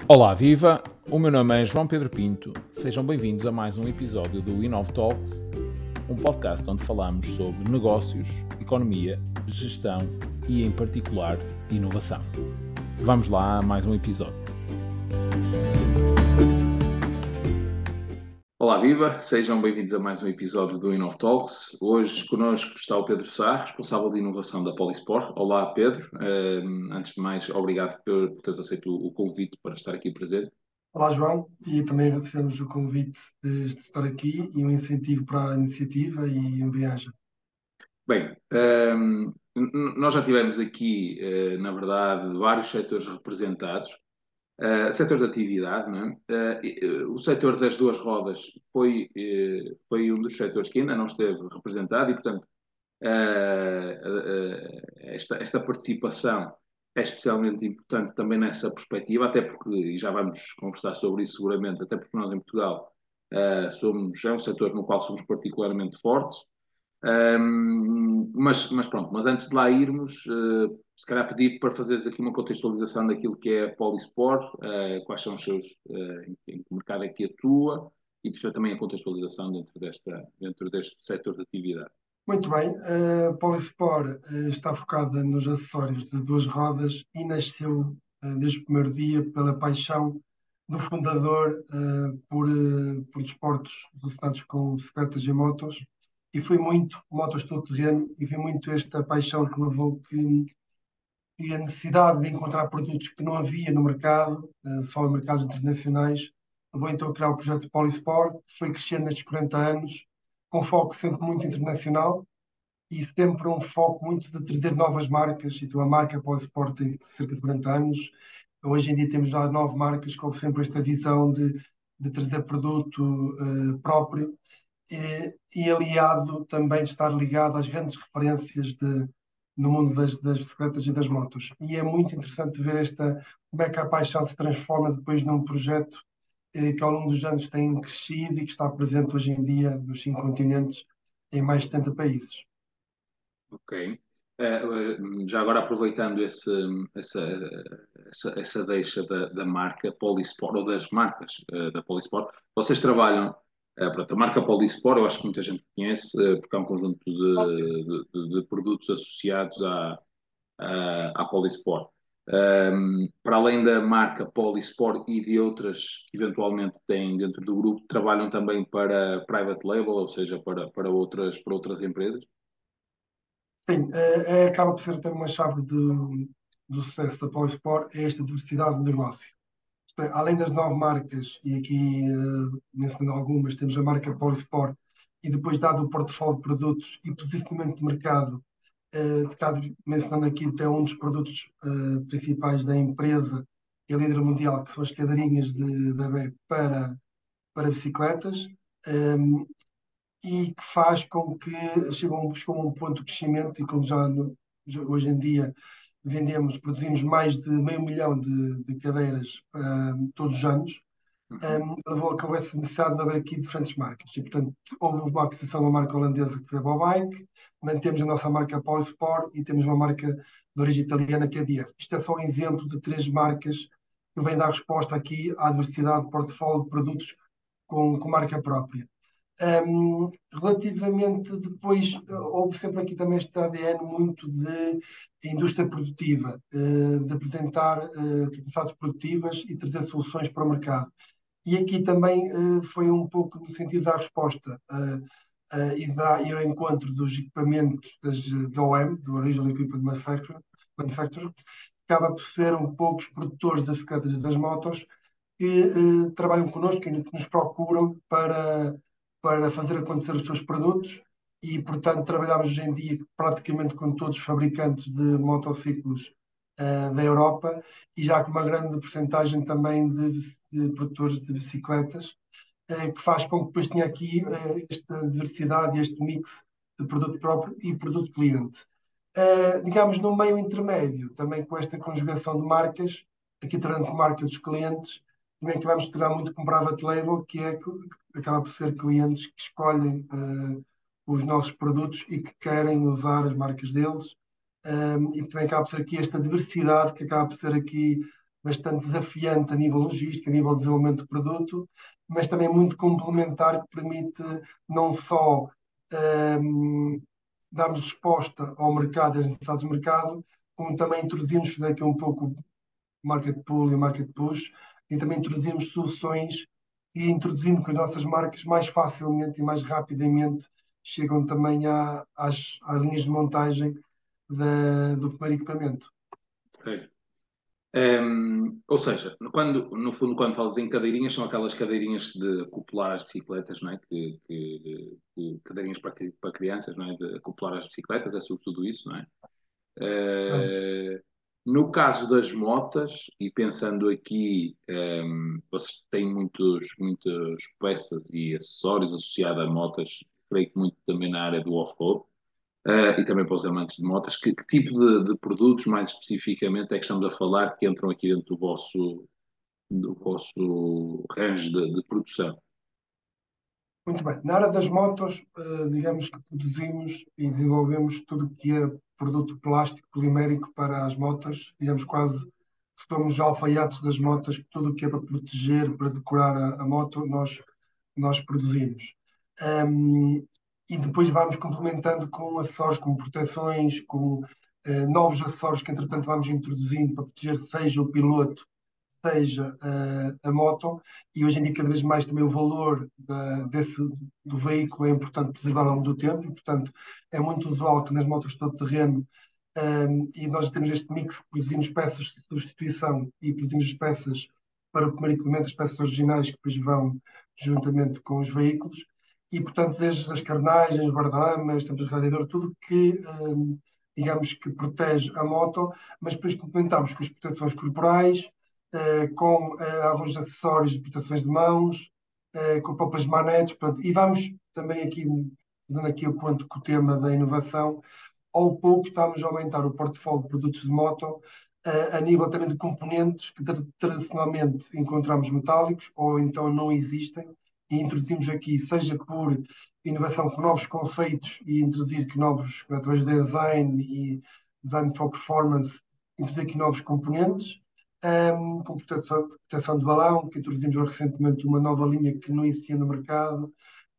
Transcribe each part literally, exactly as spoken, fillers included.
Olá, viva! O meu nome é João Pedro Pinto. Sejam bem-vindos a mais um episódio do Inov Talks, um podcast onde falamos sobre negócios, economia, gestão e, em particular, inovação. Vamos lá a mais um episódio. Olá, viva! Sejam bem-vindos a mais um episódio do Inov Talks. Hoje connosco está o Pedro Sá, responsável de inovação da Polisport. Olá, Pedro. Um, antes de mais, obrigado por, por teres aceito o, o convite para estar aqui presente. Olá, João, e também agradecemos o convite de, de estar aqui e um incentivo para a iniciativa e um viagem. Bem, um, nós já tivemos aqui, uh, na verdade, vários setores representados, uh, setores de atividade, não é? Uh, o setor das duas rodas foi, uh, foi um dos setores que ainda não esteve representado e, portanto, uh, uh, esta, esta participação é especialmente importante também nessa perspectiva, até porque, e já vamos conversar sobre isso seguramente, até porque nós em Portugal uh, somos, é um setor no qual somos particularmente fortes. Um, mas, mas pronto, mas antes de lá irmos, uh, se calhar pedir para fazeres aqui uma contextualização daquilo que é a Polisport, uh, quais são os seus, uh, em, em que mercado é que atua e perceber também a contextualização dentro, desta, dentro deste setor de atividade. Muito bem, a Polisport eh, está focada nos acessórios de duas rodas e nasceu eh, desde o primeiro dia pela paixão do fundador eh, por, eh, por desportos relacionados com bicicletas e motos, e foi muito motos todo terreno, e foi muito esta paixão que levou que, que a necessidade de encontrar produtos que não havia no mercado, eh, só em mercados internacionais, levou então a criar o projeto Polisport, que foi crescendo nestes quarenta anos, com foco sempre muito internacional e sempre um foco muito de trazer novas marcas. Então a marca Polisport tem cerca de quarenta anos. Hoje em dia temos já nove marcas com sempre esta visão de, de trazer produto eh, próprio e, e aliado também de estar ligado às grandes referências de, no mundo das, das bicicletas e das motos. E é muito interessante ver esta, como é que a paixão se transforma depois num projeto eh, que ao longo dos anos tem crescido e que está presente hoje em dia nos cinco continentes, em mais de setenta países. Ok. Uh, já agora aproveitando esse, essa, essa, essa deixa da, da marca Polisport, ou das marcas uh, da Polisport, vocês trabalham, uh, pronto, a marca Polisport, eu acho que muita gente conhece, uh, porque é um conjunto de, de, de produtos associados à, à, à Polisport. Um, para além da marca Polisport e de outras que eventualmente têm dentro do grupo, trabalham também para private label, ou seja, para, para, outras, para outras empresas? Sim, é, é- acaba por ser também uma chave de, do sucesso da Polisport, é esta diversidade de negócio. Isto é, além das nove marcas, e aqui eh, mencionando algumas, temos a marca Polisport, e depois, dado o portfólio de produtos e posicionamento de mercado, eh, de cada, mencionando aqui até um dos produtos eh, principais da empresa, que é a líder mundial, que são as cadeirinhas de bebê para, para bicicletas. Ehm, e que faz com que chegamos a um ponto de crescimento e como já, no- já hoje em dia vendemos, produzimos mais de meio milhão de, de cadeiras ahm, todos os anos, Uhum. ahm, levou a cabo essa necessidade de haver aqui diferentes marcas. E, portanto, houve uma aquisição de uma marca holandesa que foi a Bobike, mantemos a nossa marca Polisport e temos uma marca de origem italiana que é a D F. Isto é só um exemplo de três marcas que vêm dar resposta aqui à diversidade de portfólio de produtos com, com marca própria. Um, relativamente depois, eh, houve sempre aqui também este A D N muito de indústria produtiva, eh, de apresentar eh, capacidades produtivas e trazer soluções para o mercado. E aqui também eh, foi um pouco no sentido da resposta eh, eh, e da, ir ao encontro dos equipamentos das, da O E M, do Original Equipment Manufacturer, Manufacturer, acaba por ser um pouco os produtores das bicicletas e das motos que eh, trabalham connosco, que nos procuram para, para fazer acontecer os seus produtos e, portanto, trabalhamos hoje em dia praticamente com todos os fabricantes de motociclos eh, da Europa e já com uma grande porcentagem também de, de produtores de bicicletas, eh, que faz com que depois tenha aqui eh, esta diversidade, este mix de produto próprio e produto cliente. Uh, digamos, no meio intermédio, também com esta conjugação de marcas, aqui trabalhando com marca dos clientes, também acabamos de trabalhar muito com private label, que é que acaba por ser clientes que escolhem uh, os nossos produtos e que querem usar as marcas deles. Um, e também acaba por ser aqui esta diversidade, que acaba por ser aqui bastante desafiante a nível logístico, a nível de desenvolvimento de produto, mas também muito complementar, que permite não só ehm, darmos resposta ao mercado, às necessidades do mercado, como também introduzirmos, fazer aqui um pouco o market pull e o market push, e também introduzirmos soluções e introduzindo com as nossas marcas mais facilmente e mais rapidamente chegam também à- às, às linhas de montagem da- do primeiro equipamento. Ok. Ehm, ou seja, quando, no fundo, quando falas em cadeirinhas, são aquelas cadeirinhas de acoplar às bicicletas, não é? Que, que, que- cadeirinhas para, cri- para crianças, não é? De acoplar às bicicletas, é sobretudo isso, não é? Certo. Eh, no caso das motas, e pensando aqui, ehm, vocês têm muitos, muitas peças e acessórios associados a motas, creio que muito também na área do off-road. Uh, e também para os amantes de motas, que, que tipo de, de produtos, mais especificamente, é que estamos a falar que entram aqui dentro do vosso, do vosso range de, de produção? Muito bem. Na área das motos, eh, digamos que produzimos e desenvolvemos tudo o que é produto plástico polimérico para as motas, digamos quase se somos alfaiates das motas, tudo o que é para proteger, para decorar a, a moto, nós, nós produzimos. Ahm, e depois vamos complementando com acessórios, como proteções, com eh, novos acessórios que entretanto vamos introduzindo para proteger seja o piloto, seja a, a moto, e hoje em dia cada vez mais também o valor da, desse, do veículo é importante preservar ao longo do tempo, e portanto é muito usual que nas motos de todo terreno um, e nós temos este mix, produzimos peças de substituição e produzimos as peças para o primeiro equipamento, as peças originais que depois vão juntamente com os veículos, e portanto desde as carnagens, guarda-lamas, tampas de radiador, tudo que um, digamos que protege a moto, mas depois complementamos com as proteções corporais, eh, com eh, alguns acessórios de proteções de mãos, eh, com papas de manetes, portanto, e vamos também aqui, dando aqui o ponto com o tema da inovação, ao pouco estamos a aumentar o portfólio de produtos de moto, eh, a nível também de componentes que tra- tradicionalmente encontramos metálicos ou então não existem, e introduzimos aqui, seja por inovação com novos conceitos e introduzir que novos, através de design e design for performance, introduzir aqui novos componentes, um, com proteção, proteção de balão, que introduzimos recentemente uma nova linha que não existia no mercado,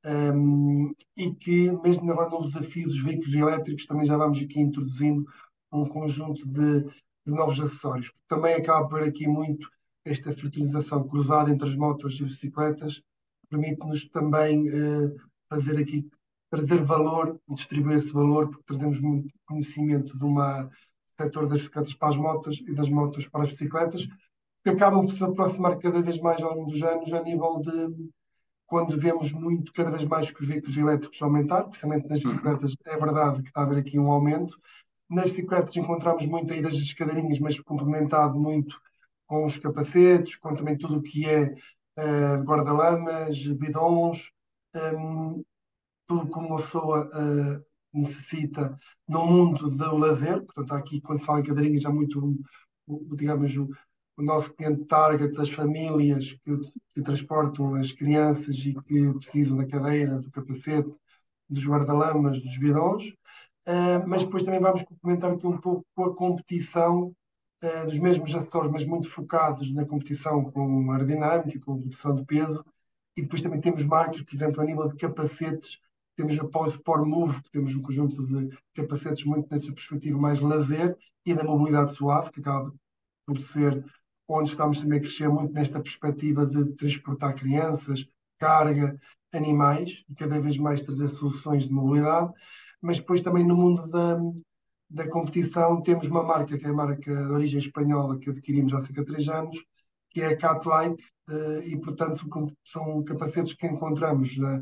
um, e que, mesmo agora no desafio dos veículos elétricos, também já vamos aqui introduzindo um conjunto de, de novos acessórios. Também acaba por aqui muito esta fertilização cruzada entre as motos e bicicletas, permite-nos também uh, fazer aqui, trazer valor e distribuir esse valor, porque trazemos muito conhecimento de uma setor das bicicletas para as motos e das motos para as bicicletas, que acabam por se aproximar cada vez mais ao longo dos anos a nível de quando vemos muito, cada vez mais que os veículos elétricos aumentar, principalmente nas Uhum. bicicletas, é verdade que está a haver aqui um aumento. Nas bicicletas encontramos muito aí das escadeirinhas, mas complementado muito com os capacetes, com também tudo o que é uh, guarda-lamas, bidons, um, tudo como uma pessoa uh, necessita no mundo do lazer. Portanto, há aqui, quando se fala em cadeirinhas, há muito, o, o, digamos, o, o nosso cliente target, das famílias que, que transportam as crianças e que precisam da cadeira, do capacete, dos guarda-lamas, dos bidões. Uh, mas depois também vamos complementar aqui um pouco com a competição uh, dos mesmos acessórios, mas muito focados na competição com aerodinâmica, com redução de peso. E depois também temos marcas, por exemplo, a nível de capacetes, temos a Polysport Move, que temos um conjunto de capacetes muito nessa perspectiva mais lazer e da mobilidade suave, que acaba por ser onde estamos também a crescer muito nesta perspectiva de transportar crianças, carga, animais e cada vez mais trazer soluções de mobilidade. Mas depois também no mundo da, da competição temos uma marca, que é a marca de origem espanhola, que adquirimos há cerca de três anos, que é a Catlight, eh, e portanto são, são capacetes que encontramos na,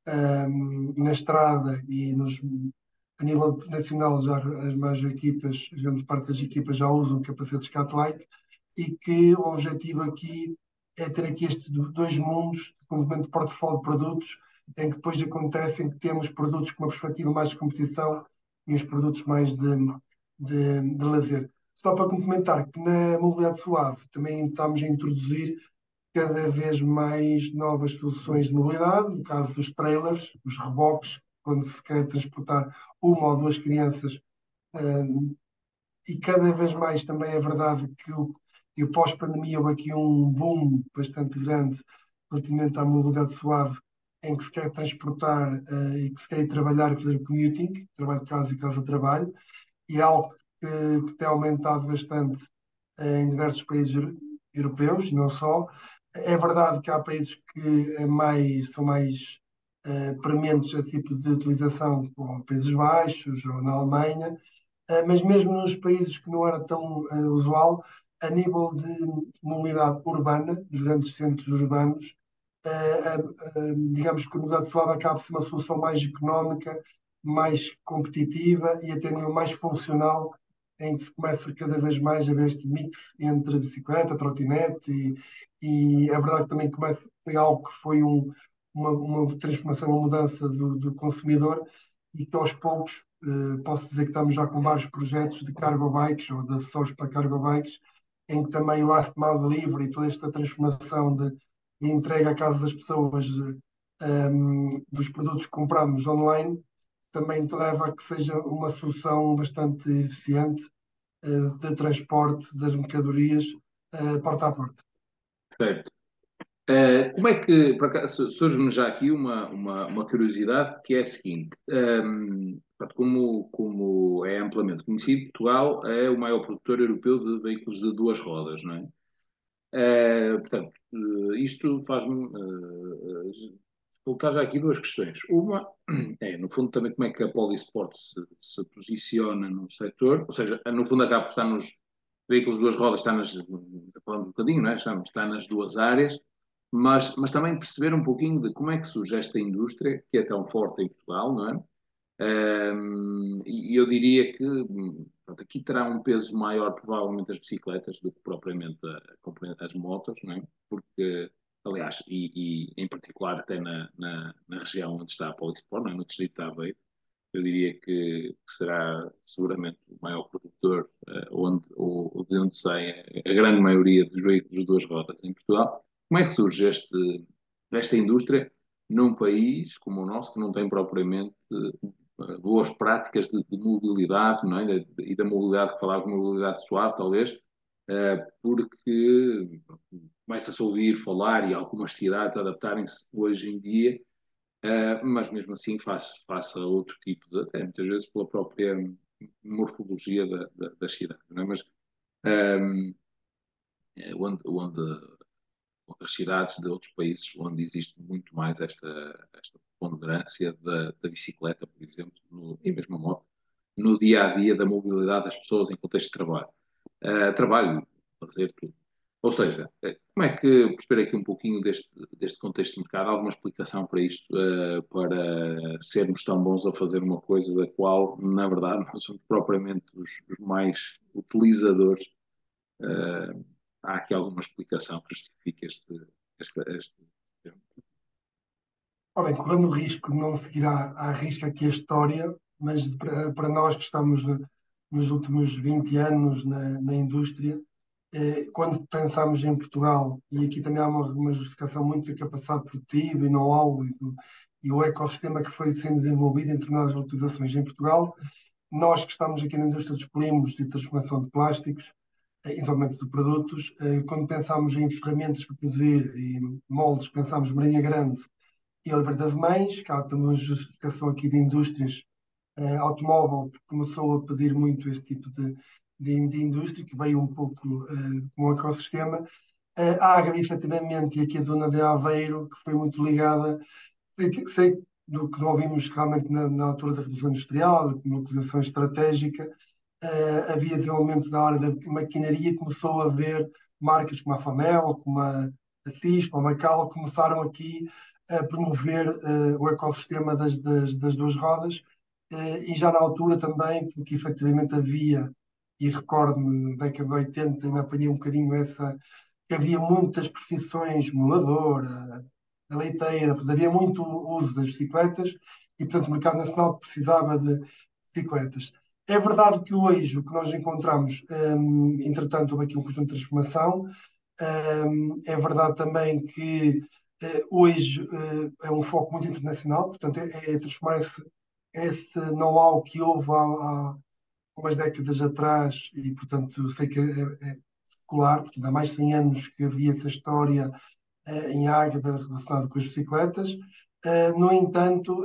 ehm, na estrada e nos, a nível nacional já as mais equipas, a grande parte das equipas já usam capacetes Catlight, e que o objetivo aqui é ter aqui estes dois mundos de complemento de portfólio de produtos, em que depois acontecem que temos produtos com uma perspectiva mais de competição e uns produtos mais de, de, de lazer. Só para complementar que na mobilidade suave também estamos a introduzir cada vez mais novas soluções de mobilidade, no caso dos trailers, os reboques, quando se quer transportar uma ou duas crianças, uh, e cada vez mais também é verdade que o, e o pós-pandemia houve aqui um boom bastante grande relativamente à mobilidade suave, em que se quer transportar uh, e que se quer ir trabalhar e fazer commuting, trabalho de casa e casa-trabalho, e é algo que, que tem aumentado bastante uh, em diversos países europeus, e não só. É verdade que há países que é mais, são mais uh, prementes a esse tipo de utilização, como Países Baixos ou na Alemanha, uh, mas mesmo nos países que não era tão uh, usual, a nível de mobilidade urbana, dos grandes centros urbanos, uh, uh, uh, digamos que a mobilidade suave acaba por ser uma solução mais económica, mais competitiva e até nível mais funcional, em que se começa cada vez mais a ver este mix entre bicicleta, trotinete e, e é verdade que também começa, foi algo que foi um, uma, uma transformação, uma mudança do, do consumidor e que aos poucos eh, posso dizer que estamos já com vários projetos de cargo bikes ou de acessórios para cargo bikes, em que também o last mile delivery e toda esta transformação de, de entrega à casa das pessoas eh, um, dos produtos que compramos online também te leva a que seja uma solução bastante eficiente eh, de transporte das mercadorias eh, porta a porta. Certo. Uh, como é que, por acaso, surge-me já aqui uma, uma, uma curiosidade que é a seguinte: um, portanto, como, como é amplamente conhecido, Portugal é o maior produtor europeu de veículos de duas rodas, não é? Uh, portanto, uh, isto faz-me uh, colocar já aqui duas questões. Uma é, no fundo, também como é que a Polisport se, se posiciona no setor, ou seja, no fundo acaba por estar nos veículos de duas rodas, está nas, falando um bocadinho, não é? Está, está nas duas áreas, mas, mas também perceber um pouquinho de como é que surge esta indústria, que é tão forte em Portugal, não é? Um, e eu diria que pronto, aqui terá um peso maior, provavelmente, as bicicletas do que propriamente a, as motos, não é? Porque, aliás, e, e em particular até na, na, na, região onde está a Polisport, não é? No distrito de Aveiro, eu diria que, que será seguramente o maior produtor, uh, onde, ou, de onde sai a, a grande maioria dos veículos de duas rodas em Portugal. Como é que surge este, esta indústria num país como o nosso, que não tem propriamente uh, boas práticas de, de mobilidade, não é? E da mobilidade que falava de mobilidade suave, talvez, uh, porque começa-se a ouvir falar e algumas cidades adaptarem-se hoje em dia, uh, mas mesmo assim face, face a outro tipo de, até muitas vezes pela própria morfologia da, da, das cidades, não é? Mas um, onde, onde outras cidades de outros países onde existe muito mais esta, esta ponderância da, da bicicleta, por exemplo, no, e mesmo a moto, no dia a dia da mobilidade das pessoas em contexto de trabalho. Uh, trabalho, fazer tudo. Ou seja, como é que, perceber aqui um pouquinho deste, deste contexto de mercado, alguma explicação para isto, uh, para sermos tão bons a fazer uma coisa da qual, na verdade, não somos propriamente os, os mais utilizadores. Uh, há aqui alguma explicação que justifique este, este, este... Ora bem, correndo o risco de não seguir à, à risca aqui a história, mas para, para nós que estamos nos últimos vinte anos na, na indústria, eh, quando pensamos em Portugal, e aqui também há uma, uma justificação muito da capacidade produtiva e know-how e, do- e o ecossistema que foi sendo desenvolvido em determinadas localizações em Portugal, nós que estamos aqui na indústria dos polímeros e transformação de plásticos, eh, isolamento de produtos, eh, quando pensamos em ferramentas para produzir e moldes, pensamos Marinha Grande e Oliveira das Mães, que há também uma justificação aqui de indústrias eh, automóvel, que começou a pedir muito esse tipo de, de, de indústria, que veio um pouco eh, com o ecossistema. Eh, a Águeda, efetivamente, e aqui a zona de Aveiro, que foi muito ligada, sei, que- sei do que ouvimos realmente na, na altura da Revolução Industrial, na localização estratégica, eh, havia desenvolvimento da área da maquinaria, começou a haver marcas como a Famel, como a, a Cisco, a Macal, começaram aqui a promover eh, o ecossistema das, das, das duas rodas, eh, e já na altura também, porque efetivamente havia, e recordo-me na década de oitenta, ainda apanhei um bocadinho essa, que havia muitas profissões, moladora, a leiteira, portanto, havia muito uso das bicicletas e, portanto, o mercado nacional precisava de bicicletas. É verdade que hoje o que nós encontramos, hum, entretanto, houve aqui um conjunto de transformação. Hum, é verdade também que eh, hoje eh, é um foco muito internacional, portanto, é, é transformar esse, esse know-how que houve há, há umas décadas atrás, e, portanto, sei que é, é, secular, portanto, há mais de cem anos que havia essa história eh, em Águeda relacionada com as bicicletas. Eh, no entanto,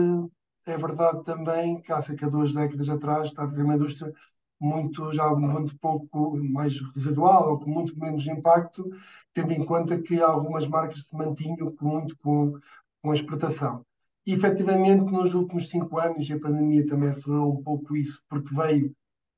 eh, é verdade também que há cerca de duas décadas atrás estava a haver uma indústria muito, já muito pouco mais residual ou com muito menos impacto, tendo em conta que algumas marcas se mantinham com, muito com, com a exportação. E, efetivamente, nos últimos cinco anos, e a pandemia também acelerou um pouco isso, porque veio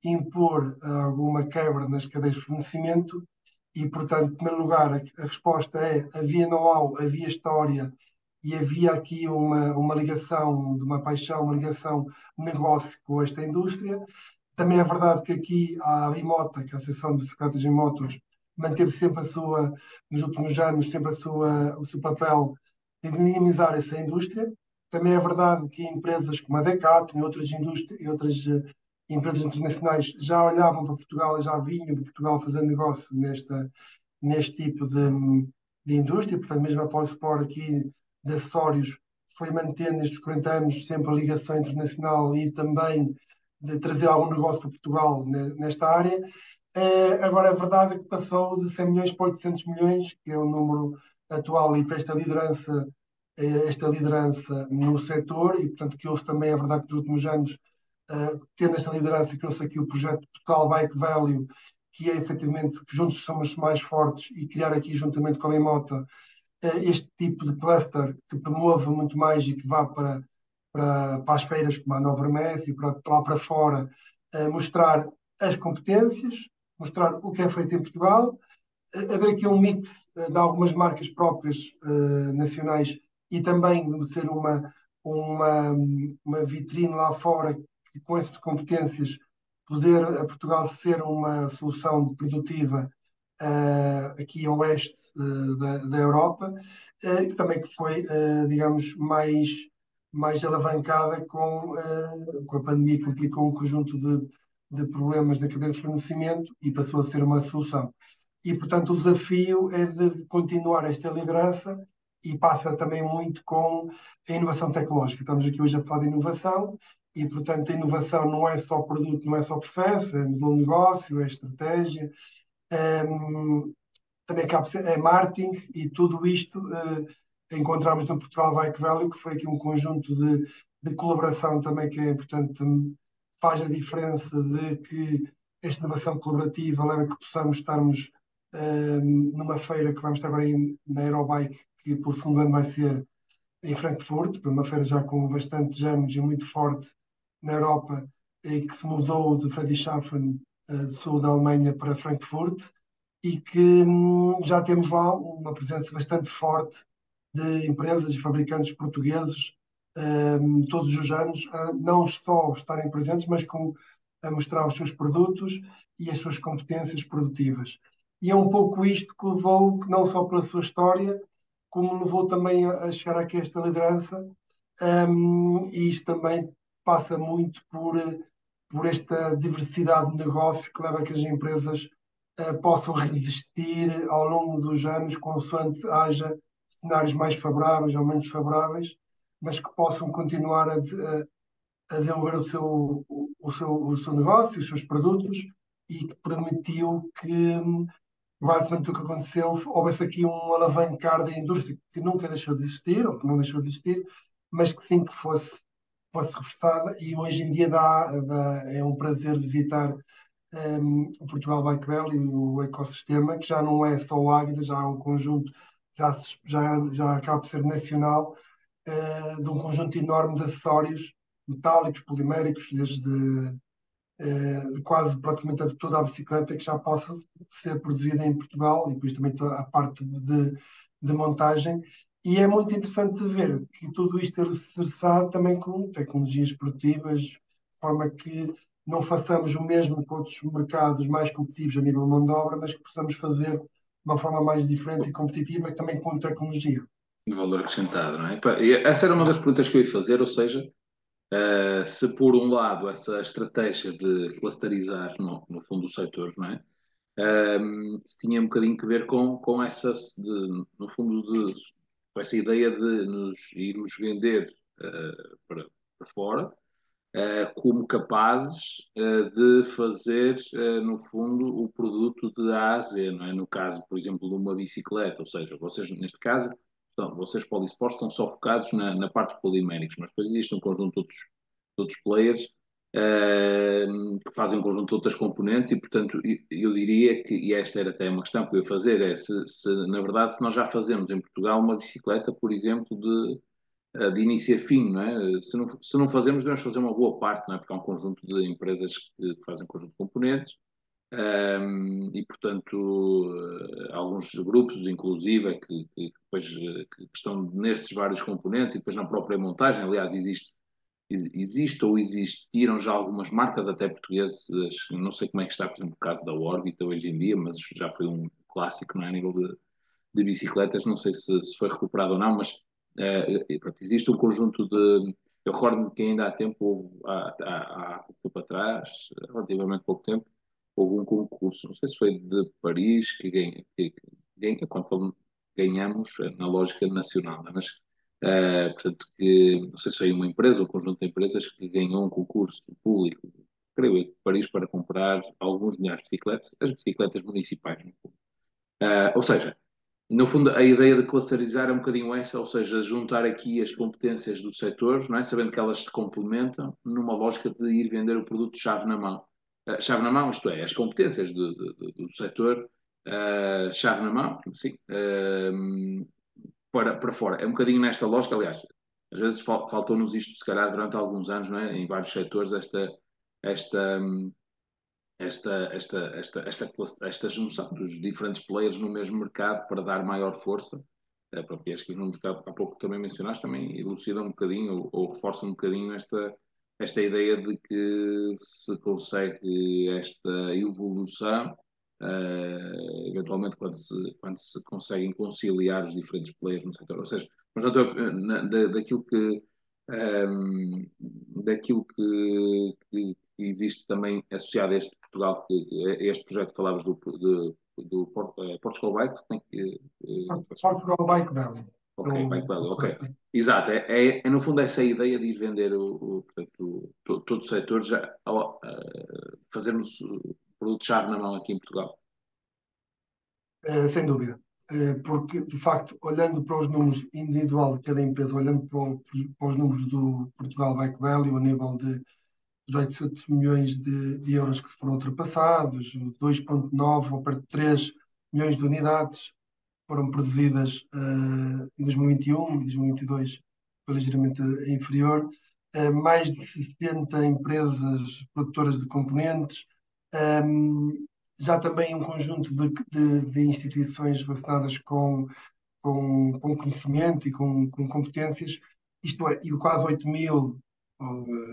impor ah, alguma quebra nas cadeias de fornecimento, e, portanto, em primeiro lugar, a, a resposta é: havia know-how, havia história e havia aqui uma, uma ligação, de uma paixão, uma ligação de negócio com esta indústria. Também é verdade que aqui a Bimota, que é a Associação de Bicicletas em Motos, manteve sempre a sua, nos últimos anos, sempre a sua, o seu papel de dinamizar essa indústria. Também é verdade que empresas como a Decathlon e outras, indústrias, e outras eh, empresas internacionais já olhavam para Portugal e já vinham para Portugal fazer negócio nesta, neste tipo de, de indústria. Portanto, mesmo a Polisport aqui de acessórios foi mantendo nestes quarenta anos sempre a ligação internacional e também de trazer algum negócio para Portugal nesta área. Uh, agora, a verdade é que passou de cem milhões para oitocentos milhões, que é o número atual, e para esta liderança, esta liderança no setor, e portanto que houve também, é verdade que nos últimos anos, uh, tendo esta liderança, criou-se aqui o projeto Portugal Bike Value, que é efetivamente que juntos somos mais fortes, e criar aqui juntamente com a Emota este tipo de cluster que promova muito mais e que vá para, para, para as feiras como a Nova Hermès e para, para lá para fora, eh, mostrar as competências, mostrar o que é feito em Portugal, eh, haver aqui um mix eh, de algumas marcas próprias eh, nacionais e também de ser uma, uma, uma vitrine lá fora que com essas competências poder a Portugal ser uma solução produtiva uh, aqui a oeste uh, da, da Europa, uh, que também que foi, uh, digamos, mais, mais alavancada com, uh, com a pandemia, que implicou um conjunto de, de problemas na cadeia de fornecimento e passou a ser uma solução. E, portanto, o desafio é de continuar esta liderança e passa também muito com a inovação tecnológica. Estamos aqui hoje a falar de inovação e, portanto, a inovação não é só produto, não é só processo, é modelo de negócio, é estratégia, um, também é marketing e tudo isto uh, encontramos no Portugal Bike Value, que foi aqui um conjunto de, de colaboração também que é importante, faz a diferença de que esta inovação colaborativa leva a que possamos estarmos um, numa feira que vamos estar agora em, na Eurobike, que por segundo ano vai ser em Frankfurt, uma feira já com bastantes anos e muito forte na Europa, e que se mudou de Friedrichshafen, uh, sul da Alemanha, para Frankfurt, e que hum, já temos lá uma presença bastante forte de empresas e fabricantes portugueses hum, todos os anos, a não só estarem presentes, mas com, a mostrar os seus produtos e as suas competências produtivas. E é um pouco isto que levou, que não só pela sua história, como levou também a, a chegar aqui a esta liderança, hum, e isto também passa muito por, por esta diversidade de negócio que leva a que as empresas eh, possam resistir ao longo dos anos, consoante haja cenários mais favoráveis ou menos favoráveis, mas que possam continuar a, de- a desenvolver o seu, o, o seu, o seu negócio, os seus produtos, e que permitiu que, hum, basicamente, o que aconteceu, houvesse aqui um alavancar da indústria que nunca deixou de existir, ou que não deixou de existir, mas que sim que fosse, fosse reforçada, e hoje em dia dá, dá- é um prazer visitar um, o Portugal Bike Bell e o ecossistema, que já não é só o Águida, já há um conjunto, já, já, já acaba por ser nacional, uh, de um conjunto enorme de acessórios metálicos, poliméricos, desde uh, quase praticamente toda a bicicleta que já possa ser produzida em Portugal, e depois também toda a parte de, de montagem. E é muito interessante ver que tudo isto é alicerçado também com tecnologias produtivas, de forma que não façamos o mesmo que outros mercados mais competitivos a nível de mão de obra, mas que possamos fazer de uma forma mais diferente e competitiva, também com tecnologia. De valor acrescentado, não é? Pá, e essa era uma das perguntas que eu ia fazer, ou seja, uh, se por um lado essa estratégia de clusterizar no, no fundo os setores, não é? Um, se tinha um bocadinho que ver com, com essa, de, no fundo, de, com essa ideia de nos irmos vender uh, para, para fora, uh, como capazes uh, de fazer, uh, no fundo, o produto de A a Z, não é? No caso, por exemplo, de uma bicicleta, ou seja, vocês, neste caso, estão, vocês Polisport estão só focados na, na parte dos poliméricos, mas depois existe um conjunto de outros, de outros players uh, que fazem um conjunto de outras componentes e, portanto, eu, eu diria que, e esta era até uma questão que eu ia fazer, é se, se, na verdade, se nós já fazemos em Portugal uma bicicleta, por exemplo, de eh, de início a fim, não é? Se não, se não fazemos, devemos fazer uma boa parte, não é? Porque há um conjunto de empresas que fazem conjunto de componentes, um, e, portanto, uh, alguns grupos, inclusive, que, que, depois, uh, que estão nestes vários componentes e depois na própria montagem. Aliás, existe, existe ou existiram já algumas marcas, até portuguesas, não sei como é que está, por exemplo, o caso da Orbita hoje em dia, mas já foi um clássico, não é? A nível de, de bicicletas, não sei se, se foi recuperado ou não, mas uh, pronto, existe um conjunto de. Eu recordo-me que ainda há tempo, há, há, há pouco tempo atrás, relativamente pouco tempo, houve um concurso, não sei se foi de Paris, que ganha, que, que ganha quando fomos, ganhamos na lógica nacional, né? Mas, uh, portanto, que, não sei se foi uma empresa ou um conjunto de empresas que ganhou um concurso público, creio eu, de Paris, para comprar alguns milhares de bicicletas, as bicicletas municipais. Uh, ou seja, no fundo, a ideia de clusterizar é um bocadinho essa, ou seja, juntar aqui as competências do setor, não é? Sabendo que elas se complementam, numa lógica de ir vender o produto-chave na mão. Uh, chave na mão, isto é, as competências do, do, do setor, uh, chave na mão, sim, uh, para, para fora. É um bocadinho nesta lógica, aliás, às vezes fal, faltou-nos isto, se calhar, durante alguns anos, não é? Em vários setores, esta, esta, esta, esta, esta, esta, esta junção dos diferentes players no mesmo mercado para dar maior força. É, pronto, e acho que os números que há, há pouco também mencionaste também elucidam um bocadinho ou, ou reforçam um bocadinho esta, esta ideia de que se consegue esta evolução, uh, eventualmente quando se, quando se conseguem conciliar os diferentes players no setor. Ou seja, mas não estou, na, da, daquilo que um, daquilo que, que, existe também associado a este Portugal, que, a este projeto que falavas do, do, do Port, uh, Portugal Bikes, tem que, uh, Portugal Bike Valley. ok, Bike O, Value, o ok. Exato, é, é, é no fundo essa ideia de ir vender o, o, portanto, todo, todo o setor, já, uh, fazermos produto-chave na mão aqui em Portugal. Eh, sem dúvida. Eh, porque, de facto, olhando para os números individual de cada empresa, olhando para, o- para os números do Portugal Bike Value, a nível de oitocentos milhões de, de euros que foram ultrapassados, dois vírgula nove ou perto de três milhões de unidades foram produzidas eh, em dois mil e vinte e um, em dois mil e vinte e dois foi ligeiramente inferior. Eh, mais de setenta empresas produtoras de componentes, ehm, já também um conjunto de, de- de instituições relacionadas com, com, com conhecimento e com, com competências, isto é, e quase oito mil, ou, eh,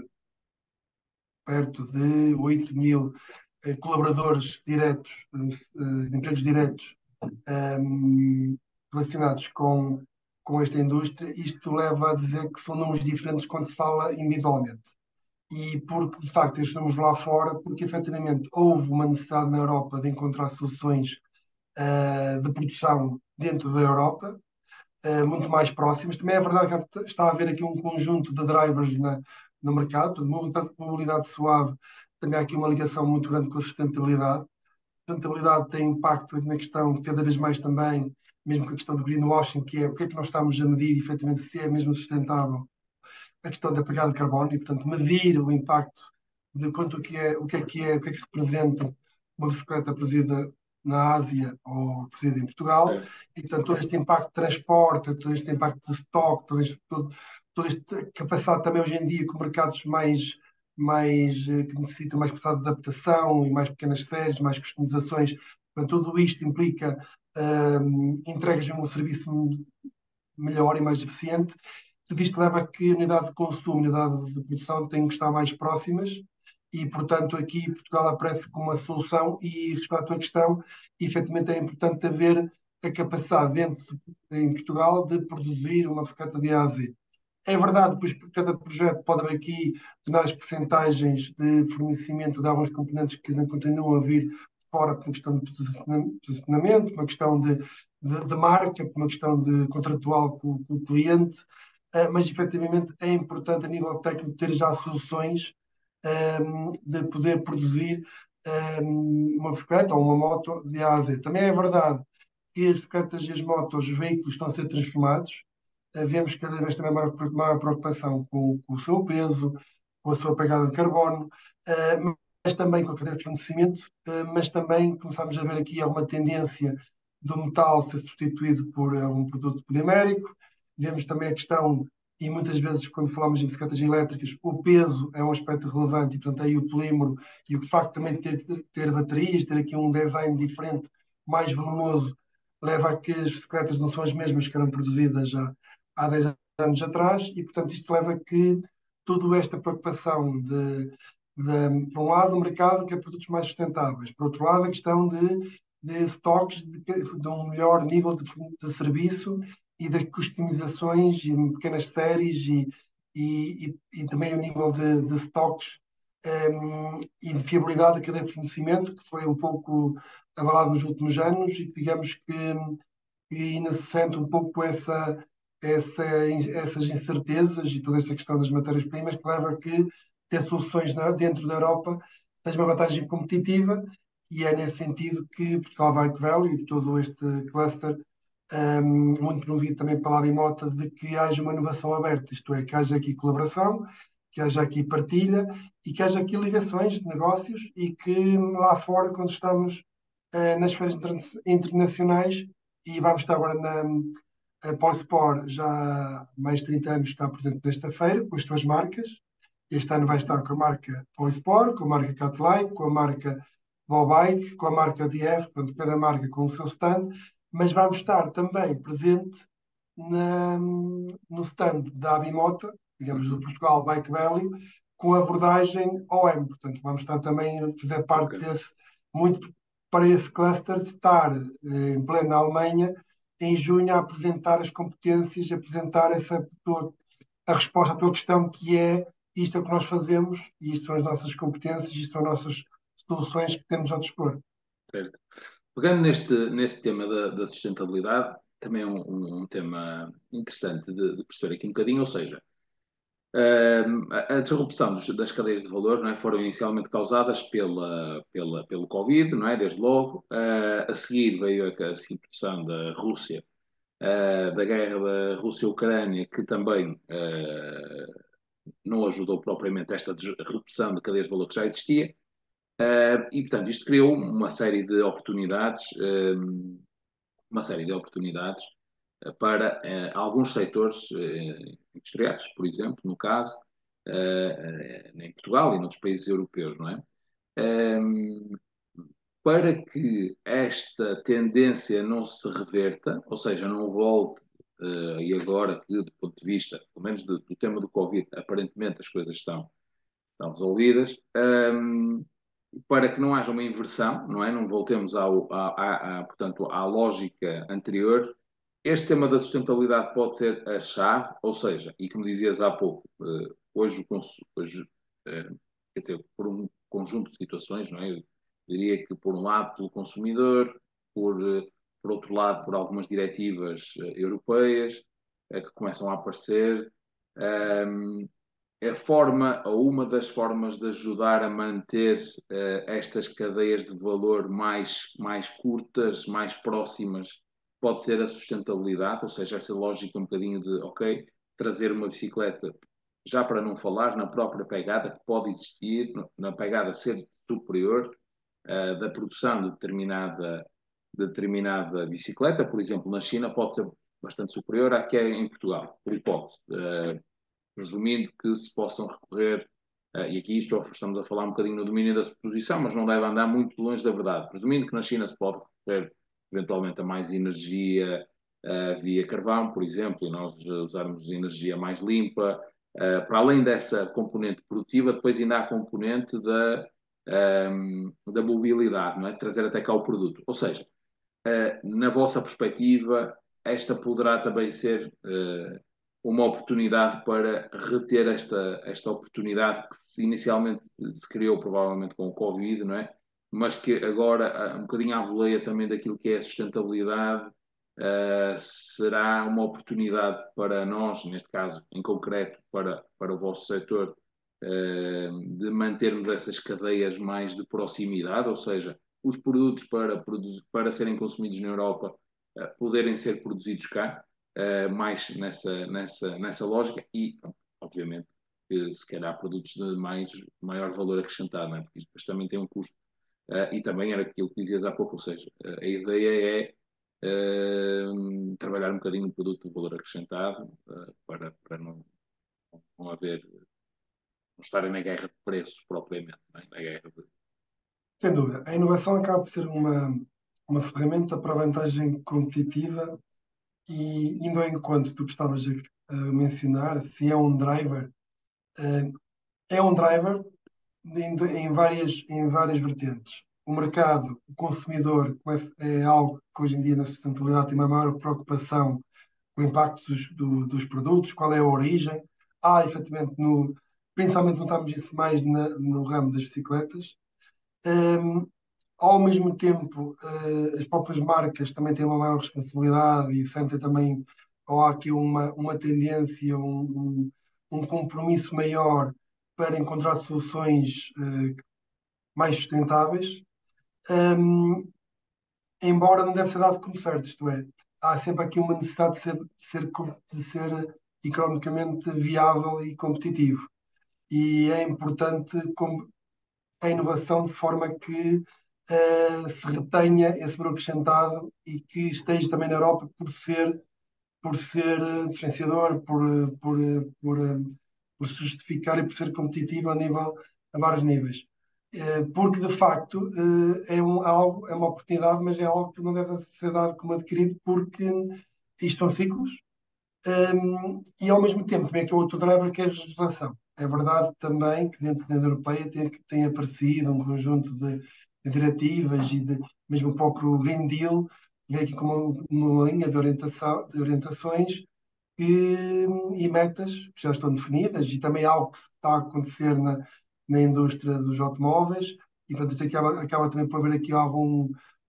perto de oito mil eh, colaboradores diretos, eh, empregos diretos, ehm, relacionados com, com esta indústria. Isto leva a dizer que são números diferentes quando se fala individualmente. E porque, de facto, estes números lá fora, porque efetivamente houve uma necessidade na Europa de encontrar soluções eh, de produção dentro da Europa, eh, muito mais próximas. Também é verdade que está a haver aqui um conjunto de drivers na, no mercado, mobilidade, mobilidade suave, também há aqui uma ligação muito grande com a sustentabilidade. Sustentabilidade tem impacto na questão de cada vez mais também, mesmo com a questão do greenwashing, que é o que é que nós estamos a medir, efetivamente, se é mesmo sustentável, a questão da pegada de carbono, e, portanto, medir o impacto de quanto o que é, o que é que é, o que é que representa uma bicicleta produzida na Ásia ou produzida em Portugal, Ok. e, portanto, todo este impacto de transporte, todo este impacto de stock, todo este, todo, todo este capacidade também hoje em dia com mercados mais mais, eh, que necessitam mais capacidade de adaptação e mais pequenas séries, mais customizações. Portanto, tudo isto implica hum, entregas de um serviço melhor e mais eficiente. Tudo isto leva a que a unidade de consumo e a unidade de produção tenham que estar mais próximas e, portanto, aqui Portugal aparece como uma solução e, respecto à tua questão, efetivamente é importante haver a capacidade dentro em Portugal de produzir uma bicicleta de A a Z. É verdade, pois por cada projeto pode haver aqui determinadas percentagens de fornecimento de alguns componentes que ainda continuam a vir fora por uma questão de posicionamento, por uma questão de, de, de marca, por uma questão de contratual com, com o cliente. uh, mas efetivamente é importante a nível técnico ter já soluções um, de poder produzir um, uma bicicleta ou uma moto de A a Z. Também é verdade que as bicicletas e as motos, os veículos estão a ser transformados. Uh, vemos cada vez também maior, maior preocupação com, com o seu peso, com a sua pegada de carbono, uh, mas também com a cadeia de fornecimento, uh, mas também começamos a ver aqui alguma tendência do metal ser substituído por uh, um produto polimérico. Vemos também a questão, e muitas vezes quando falamos em bicicletas elétricas, o peso é um aspecto relevante e, portanto, aí o polímero e o facto também de ter, ter baterias, ter aqui um design diferente, mais volumoso, leva a que as bicicletas não são as mesmas que eram produzidas já há dez anos atrás e, portanto, isto leva a que toda esta preocupação de, de, por um lado, o mercado quer produtos mais sustentáveis, por outro lado, a questão de, de estoques de, de um melhor nível de, de serviço e das customizações e pequenas séries e, e, e, e também o nível de, de stocks um, e de fiabilidade da cadeia de fornecimento, que foi um pouco abalado nos últimos anos e que digamos que, que ainda se sente um pouco essa, essa, essas incertezas e toda esta questão das matérias-primas que leva a que ter soluções na, dentro da Europa seja uma vantagem competitiva e é nesse sentido que Portugal Bike Value e todo este cluster um, muito promovido também pela Abimota, de que haja uma inovação aberta, isto é, que haja aqui colaboração, que haja aqui partilha e que haja aqui ligações de negócios e que lá fora, quando estamos uh, nas feiras inter internacionais, e vamos estar agora na a Polisport, já há mais de trinta anos está presente nesta feira, com as suas marcas. Este ano vai estar com a marca Polisport, com a marca Catlike, com a marca Bobike, com a marca D F, portanto, cada marca com o seu stand, mas vamos estar também presente na, no stand da Abimota, digamos, do Uhum. Portugal Bike Value, com abordagem O M. Portanto, vamos estar também a fazer parte Ok, desse, muito para esse cluster de estar eh, em plena Alemanha, em junho, a apresentar as competências, a apresentar essa, a resposta à tua questão, que é isto é o que nós fazemos, e isto são as nossas competências, isto são as nossas soluções que temos ao dispor. certo. Pegando neste, neste tema da, da sustentabilidade, também é um, um- um tema interessante de, de perceber aqui um bocadinho, ou seja, hum, a, a disrupção dos- das cadeias de valor, não é, foram inicialmente causadas pela, pela, pelo Covid, não é, desde logo. Ah, a seguir veio a, a situação da Rússia, ah, da guerra da Rússia-Ucrânia, que também ah, não ajudou propriamente esta disrupção de cadeias de valor que já existia. Uh, e, portanto, isto criou uma série de oportunidades, um, uma série de oportunidades uh, para uh, alguns setores uh, industriais, por exemplo, no caso, uh, uh, em Portugal e noutros países europeus, não é? Um, para que esta tendência não se reverta, ou seja, não volte, uh, e agora que, do ponto de vista, pelo menos do, do tema do Covid, aparentemente as coisas estão, estão resolvidas, um, para que não haja uma inversão, não é? Não voltemos ao, à, à, à, portanto, à lógica anterior. Este tema da sustentabilidade pode ser a chave, ou seja, e como dizias há pouco, eh, hoje, hoje eh, quer dizer, por um conjunto de situações, não é? Eu diria que, por um lado, pelo consumidor, por, eh, por outro lado, por algumas diretivas eh, europeias eh, que começam a aparecer. Um, a forma ou uma das formas de ajudar a manter uh, estas cadeias de valor mais, mais curtas, mais próximas, pode ser a sustentabilidade, ou seja, essa lógica um bocadinho de, ok, trazer uma bicicleta, já para não falar na própria pegada que pode existir, na pegada ser superior uh, da produção de determinada, de determinada bicicleta, por exemplo, na China pode ser bastante superior à que é em Portugal, por hipótese. Uh, presumindo que se possam recorrer, uh, e aqui isto estamos a falar um bocadinho no domínio da suposição, mas não deve andar muito longe da verdade. Presumindo que na China se pode recorrer eventualmente a mais energia uh, via carvão, por exemplo, e nós usarmos energia mais limpa, uh, para além dessa componente produtiva, depois ainda há a componente da, um, da mobilidade, não é? De trazer até cá o produto. Ou seja, uh, na vossa perspectiva, esta poderá também ser uh, uma oportunidade para reter esta, esta oportunidade que se inicialmente se criou provavelmente com o Covid, não é? Mas que agora, um bocadinho à boleia também daquilo que é a sustentabilidade, Uh, será uma oportunidade para nós, neste caso, em concreto, para, para o vosso setor, uh, de mantermos essas cadeias mais de proximidade, ou seja, os produtos para, para serem consumidos na Europa uh, poderem ser produzidos cá, uh, mais nessa, nessa, nessa lógica e, obviamente, se calhar produtos de mais, maior valor acrescentado, não é? Porque isto também tem um custo. Uh, e também era aquilo que dizias há pouco, ou seja, uh, a ideia é uh, trabalhar um bocadinho o produto de valor acrescentado uh, para, para não, não haver, não estarem na guerra de preços propriamente, não é? Na guerra de... Sem dúvida. A inovação acaba por ser uma, uma ferramenta para vantagem competitiva e, indo ao encontro do que estavas a, a mencionar, se é um driver, eh, é um driver em, em várias, em várias vertentes. O mercado, o consumidor, começa- é algo que hoje em dia na sustentabilidade tem uma maior preocupação com o impacto dos, do- dos produtos, qual é a origem. Há, efetivamente, no, principalmente notamos isso mais na- no ramo das bicicletas. Um, Ao mesmo tempo, eh, as próprias marcas também têm uma maior responsabilidade e sentem também, ou há aqui uma, uma tendência, um, um, um compromisso maior para encontrar soluções eh, mais sustentáveis. Um, Embora não deve ser dado como certo, isto é, há sempre aqui uma necessidade de ser, de ser, com- de ser economicamente viável e competitivo. E é importante com- a inovação de forma que eh, se retenha esse valor acrescentado e que esteja também na Europa por ser, por ser eh, diferenciador, por, eh, por, eh, por, eh, por se justificar e por ser competitivo a nível, a vários níveis. Eh, Porque, de facto, eh, é, um, algo, é uma oportunidade, mas é algo que não deve ser dado como adquirido, porque isto são ciclos. Um, e ao mesmo tempo também aqui é outro driver que é a legislação. É verdade também que dentro da União Europeia tem, tem aparecido um conjunto de, de diretivas e de, mesmo o próprio Green Deal vem aqui como uma, uma linha de, orientação, de orientações que, e metas que já estão definidas e também algo que está a acontecer na, na indústria dos automóveis e portanto isto acaba, acaba também por haver aqui algum,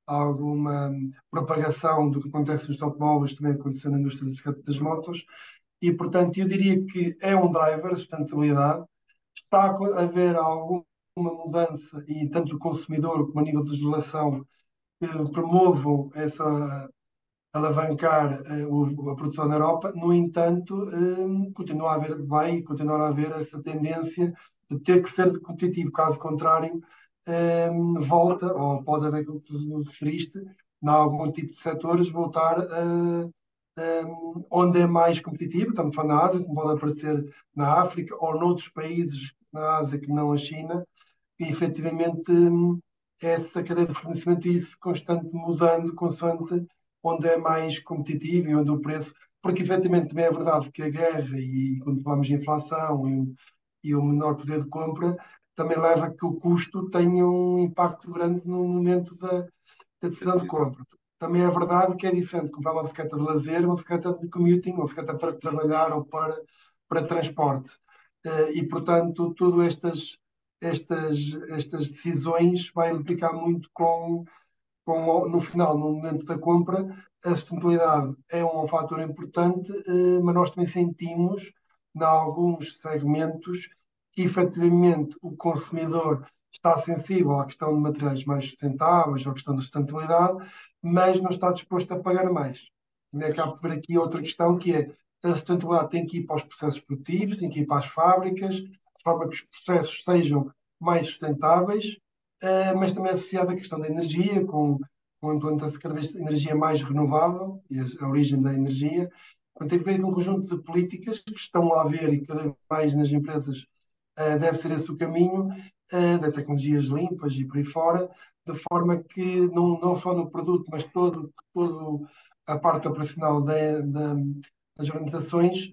alguma propagação do que acontece nos automóveis também acontecendo na indústria das, das motos e portanto eu diria que é um driver, a sustentabilidade, está a haver alguma mudança e tanto o consumidor como a nível de legislação que promovam essa alavancar eh, o- a produção na Europa. No entanto, eh, continua a haver, vai continuar a haver essa tendência de ter que ser competitivo. Caso contrário, eh, volta, ou pode haver, como tu referiste, em algum tipo de setores, voltar a, eh, onde é mais competitivo, estamos falando na Ásia, como pode aparecer na África ou noutros países na Ásia que não a China, e efetivamente hum, essa cadeia de fornecimento isso constante mudando consoante onde é mais competitivo e onde o preço, porque efetivamente também é verdade que a guerra e quando falamos de inflação e, o- e o menor poder de compra também leva a que o custo tenha um impacto grande no momento da, da decisão de compra. Também é verdade que é diferente comprar uma bicicleta de lazer, uma bicicleta de commuting, uma bicicleta para trabalhar ou para, para transporte. Eh, E, portanto, tudo estas, estas, estas decisões vai implicar muito com, com, no final, no momento da compra, a sustentabilidade é um fator importante, eh, mas nós também sentimos, em alguns segmentos, que efetivamente o consumidor está sensível à questão de materiais mais sustentáveis, à questão da sustentabilidade, mas não está disposto a pagar mais. Também acaba por ver aqui outra questão que é a sustentabilidade tem que ir para os processos produtivos, tem que ir para as fábricas, de forma que os processos sejam mais sustentáveis, eh, mas também associada à questão da energia, com, com a implantação cada vez de energia mais renovável e a, a origem da energia. Portanto, tem que ver com um conjunto de políticas que estão a haver e cada vez mais nas empresas eh, deve ser esse o caminho, eh, de tecnologias limpas e por aí fora, de forma que não, não só no produto, mas todo, todo a parte operacional da- da- das organizações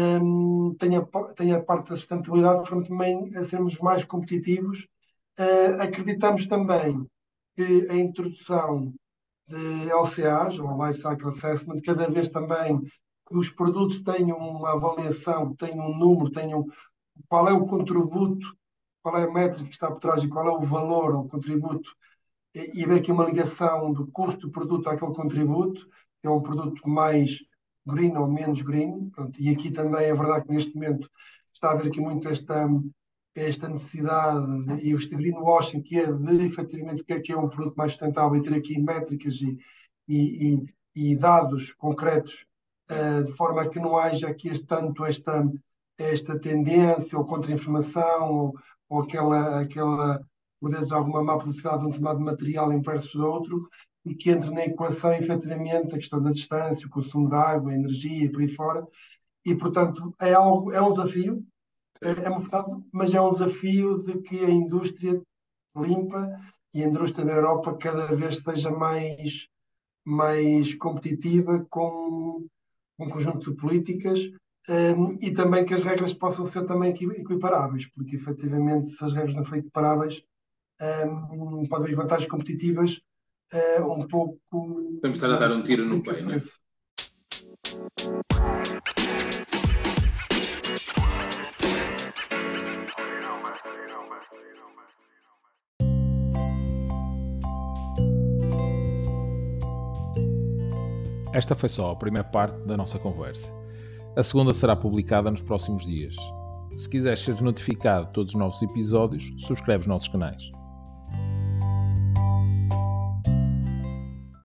ehm, tenha, tenha a parte da sustentabilidade, de forma também a sermos mais competitivos. Uh, acreditamos também que a introdução de L C As, ou Life Cycle Assessment, cada vez também que os produtos tenham uma avaliação, tenham um número, tenham qual é o contributo, qual é a métrica que está por trás e qual é o valor ou contributo, e, e haver aqui uma ligação do custo do produto àquele contributo, é um produto mais green ou menos green. Pronto, e aqui também é verdade que neste momento está a haver aqui muito esta, esta necessidade e este greenwashing, que é de efetivamente o que é que é um produto mais sustentável e ter aqui métricas e, e, e, e dados concretos, uh, de forma a que não haja aqui este, tanto esta, esta tendência ou contra-informação ou, ou aquela, aquela, por vezes, alguma má publicidade de um determinado material em versus do outro, e que entre na equação efetivamente a questão da distância, o consumo de água, a energia e por aí fora. E, portanto, é, algo, é um desafio, é, é uma verdade, mas é um desafio de que a indústria limpa e a indústria da Europa cada vez seja mais, mais competitiva com um conjunto de políticas, um, e também que as regras possam ser também equiparáveis, porque efetivamente se as regras não forem equiparáveis, um, pode haver vantagens competitivas uh, um pouco. Podemos estar a dar um tiro no pé, não é? Esta foi só a primeira parte da nossa conversa. A segunda será publicada nos próximos dias. Se quiseres ser notificado de todos os novos episódios, subscreve os nossos canais.